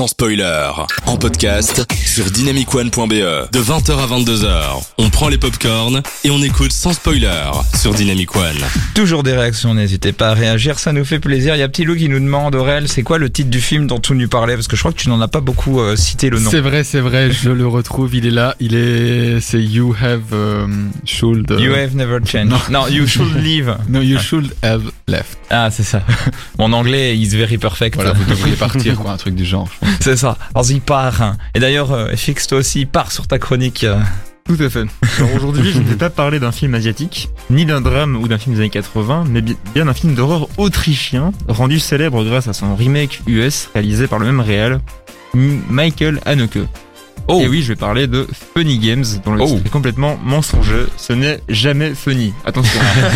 sans spoiler. En podcast sur dynamicone.be. De 20h à 22h, on prend les popcorns et on écoute sans spoiler sur Dynamic One. Toujours des réactions, n'hésitez pas à réagir, ça nous fait plaisir. Il y a Petit Lou qui nous demande, Aurel, c'est quoi le titre du film dont tu nous parlais? Parce que je crois que tu n'en as pas beaucoup cité le nom. C'est vrai, je le retrouve, il est là, c'est You Have Should... You have never changed. Non, You should leave. No, You should have left. Ah, c'est ça. Mon anglais is very perfect. Voilà, vous devriez partir, quoi, un truc du genre. C'est ça. Alors, il part. Et d'ailleurs, FX, toi aussi, pars sur ta chronique. Tout à fait. Alors aujourd'hui, je ne vais pas parler d'un film asiatique, ni d'un drame ou d'un film des années 80, mais bien d'un film d'horreur autrichien, rendu célèbre grâce à son remake US, réalisé par le même réal, Michael Haneke. Oh. Et oui, je vais parler de Funny Games, dont le titre est complètement mensonger. Ce n'est jamais funny. Attention.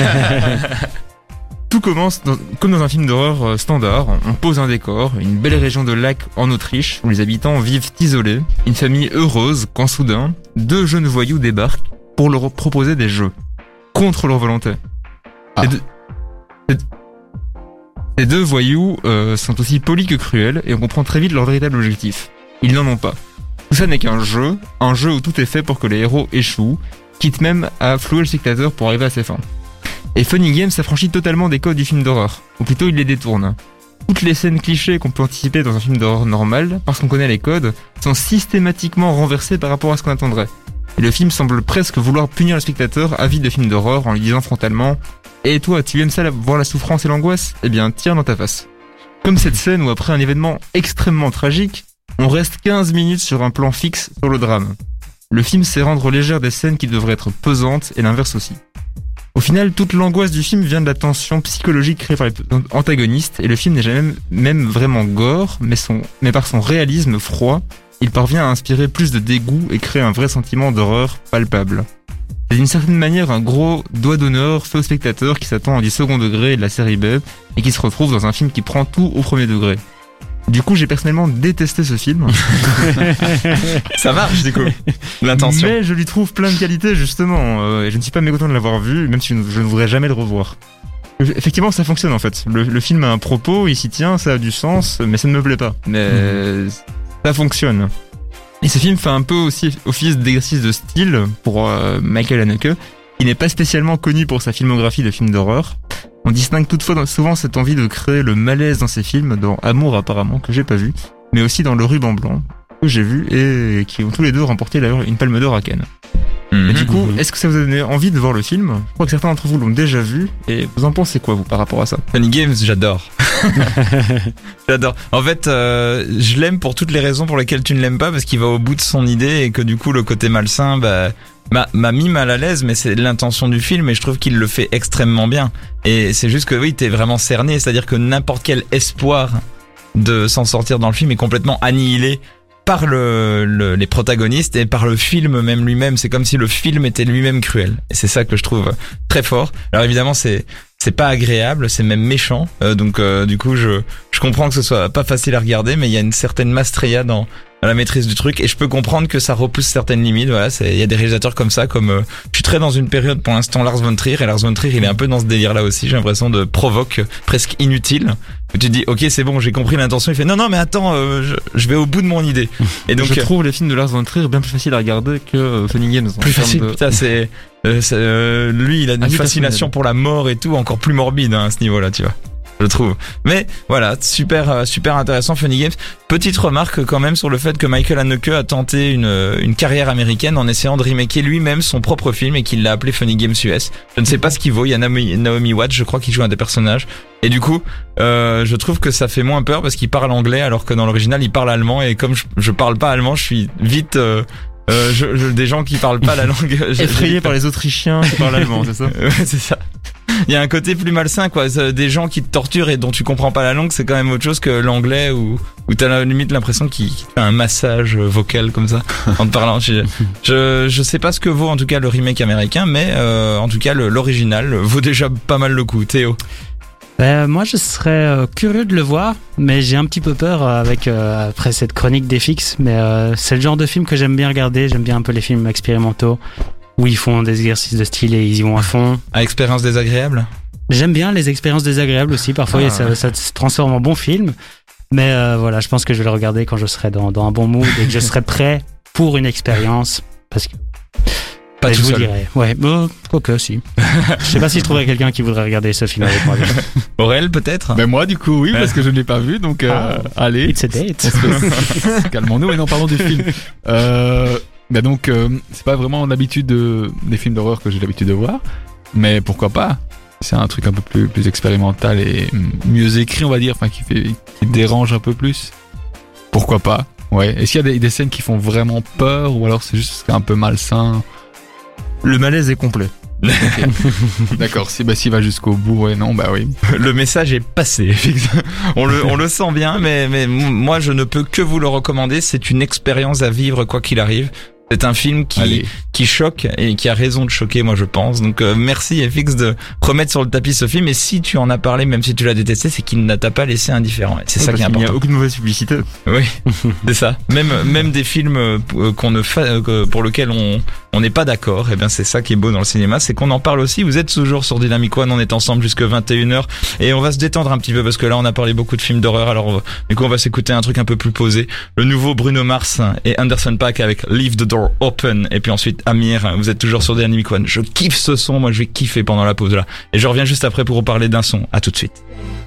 Tout commence comme dans un film d'horreur standard. On pose un décor, une belle région de lac en Autriche, où les habitants vivent isolés, une famille heureuse quand soudain, deux jeunes voyous débarquent pour leur proposer des jeux, contre leur volonté. Ah. Ces deux voyous sont aussi polis que cruels, et on comprend très vite leur véritable objectif. Ils n'en ont pas. Tout ça n'est qu'un jeu où tout est fait pour que les héros échouent, quitte même à flouer le spectateur pour arriver à ses fins. Et Funny Games s'affranchit totalement des codes du film d'horreur, ou plutôt il les détourne. Toutes les scènes clichés qu'on peut anticiper dans un film d'horreur normal, parce qu'on connaît les codes, sont systématiquement renversées par rapport à ce qu'on attendrait. Et le film semble presque vouloir punir le spectateur avide de films d'horreur en lui disant frontalement « Et toi, tu aimes ça, voir la souffrance et l'angoisse ? Eh bien, tire dans ta face ». Comme cette scène où après un événement extrêmement tragique, on reste 15 minutes sur un plan fixe sur le drame. Le film sait rendre légère des scènes qui devraient être pesantes et l'inverse aussi. Au final, toute l'angoisse du film vient de la tension psychologique créée par les antagonistes, et le film n'est jamais même vraiment gore, mais par son réalisme froid, il parvient à inspirer plus de dégoût et créer un vrai sentiment d'horreur palpable. C'est d'une certaine manière un gros doigt d'honneur fait au spectateur qui s'attend à du second degré et de la série B, et qui se retrouve dans un film qui prend tout au premier degré. Du coup, j'ai personnellement détesté ce film. Ça marche, du coup. L'intention. Mais je lui trouve plein de qualités, justement. Et je ne suis pas mécontent de l'avoir vu, même si je ne voudrais jamais le revoir. Effectivement, ça fonctionne, en fait. Le film a un propos, il s'y tient, ça a du sens, mais ça ne me plaît pas. Mais ça fonctionne. Et ce film fait un peu aussi office d'exercice de style pour Michael Haneke, qui n'est pas spécialement connu pour sa filmographie de films d'horreur. On distingue toutefois souvent cette envie de créer le malaise dans ses films, dans Amour apparemment, que j'ai pas vu, mais aussi dans Le Ruban Blanc, que j'ai vu, et qui ont tous les deux remporté d'ailleurs une Palme d'Or à Cannes. Et du coup, est-ce que ça vous a donné envie de voir le film ? Je crois que certains d'entre vous l'ont déjà vu, et vous en pensez quoi, vous, par rapport à ça ? Funny Games, j'adore. J'adore. En fait, je l'aime pour toutes les raisons pour lesquelles tu ne l'aimes pas, parce qu'il va au bout de son idée, et que du coup, le côté malsain, m'a mis mal à l'aise, mais c'est l'intention du film et je trouve qu'il le fait extrêmement bien. Et c'est juste que oui, t'es vraiment cerné, c'est-à-dire que n'importe quel espoir de s'en sortir dans le film est complètement annihilé par les protagonistes et par le film même lui-même. C'est comme si le film était lui-même cruel. Et c'est ça que je trouve très fort. Alors évidemment, c'est pas agréable, c'est même méchant. Donc du coup, je comprends que ce soit pas facile à regarder, mais il y a une certaine maestria dans la maîtrise du truc et je peux comprendre que ça repousse certaines limites. Voilà, il y a des réalisateurs comme ça, comme je suis très dans une période pour l'instant Lars von Trier, et Lars von Trier il est un peu dans ce délire là aussi, j'ai l'impression de provoque presque inutile, où tu te dis ok c'est bon, j'ai compris l'intention, il fait non mais attends, je vais au bout de mon idée. Et donc je trouve les films de Lars von Trier bien plus faciles à regarder que Funny Games. Plus facile, putain, c'est lui il a une fascination pour la mort et tout, encore plus morbide à ce niveau là, tu vois, je trouve. Mais voilà, super intéressant Funny Games. Petite remarque quand même sur le fait que Michael Haneke a tenté une carrière américaine en essayant de remaker lui-même son propre film et qu'il l'a appelé Funny Games US. Je ne sais pas ce qu'il vaut, il y a Naomi Watts, je crois, qui joue un des personnages. Et du coup, je trouve que ça fait moins peur parce qu'il parle anglais alors que dans l'original il parle allemand, et comme je parle pas allemand, je suis vite des gens qui parlent pas la langue effrayés par les Autrichiens qui parlent allemand, c'est ça? Ouais, c'est ça. Il y a un côté plus malsain, quoi. Des gens qui te torturent et dont tu comprends pas la langue, c'est quand même autre chose que l'anglais où t'as limite l'impression qu'il fait un massage vocal comme ça en te parlant. Je sais pas ce que vaut en tout cas le remake américain, mais en tout cas l'original vaut déjà pas mal le coup. Théo? Moi je serais curieux de le voir, mais j'ai un petit peu peur après cette chronique d'FX, mais c'est le genre de film que j'aime bien regarder. J'aime bien un peu les films expérimentaux où ils font des exercices de style et ils y vont à fond. À expérience désagréable? J'aime bien les expériences désagréables aussi, parfois ça se transforme en bon film. Mais voilà, je pense que je vais le regarder quand je serai dans un bon mood et que je serai prêt pour une expérience. Parce que Pas je tout vous seul. dirai. Ouais, quoique si. Je sais pas si je trouverai quelqu'un qui voudrait regarder ce film avec moi. Aurel, peut-être? Ben moi, du coup, oui, parce que je ne l'ai pas vu, donc allez. It's a date. Calmons-nous et non, parlons du film. Ben donc, c'est pas vraiment l'habitude des films d'horreur que j'ai l'habitude de voir, mais pourquoi pas? C'est un truc un peu plus expérimental et mieux écrit, on va dire, enfin qui dérange un peu plus. Pourquoi pas? Ouais. Est-ce qu'il y a des scènes qui font vraiment peur ou alors c'est juste un peu malsain? Le malaise est complet. D'accord. S'il va jusqu'au bout, ouais, non, bah oui. Le message est passé. on le sent bien, mais moi je ne peux que vous le recommander. C'est une expérience à vivre quoi qu'il arrive. C'est un film qui choque et qui a raison de choquer, moi je pense. Donc merci FX de remettre sur le tapis ce film. Et si tu en as parlé, même si tu l'as détesté, c'est qu'il ne t'a pas laissé indifférent. Et c'est ça qui est Il n'y important. a aucune mauvaise publicité. Oui, c'est ça. Même des films pour lesquels on n'est pas d'accord, et bien c'est ça qui est beau dans le cinéma, c'est qu'on en parle aussi. Vous êtes toujours sur Dynamic One, on est ensemble jusque 21h et on va se détendre un petit peu parce que là on a parlé beaucoup de films d'horreur. Alors du coup on va s'écouter un truc un peu plus posé. Le nouveau Bruno Mars et Anderson .Paak avec Leave the Door Open, et puis ensuite Amir. Vous êtes toujours sur Dynamic One. Je kiffe ce son, moi je vais kiffer pendant la pause là. Et je reviens juste après pour vous parler d'un son. À tout de suite.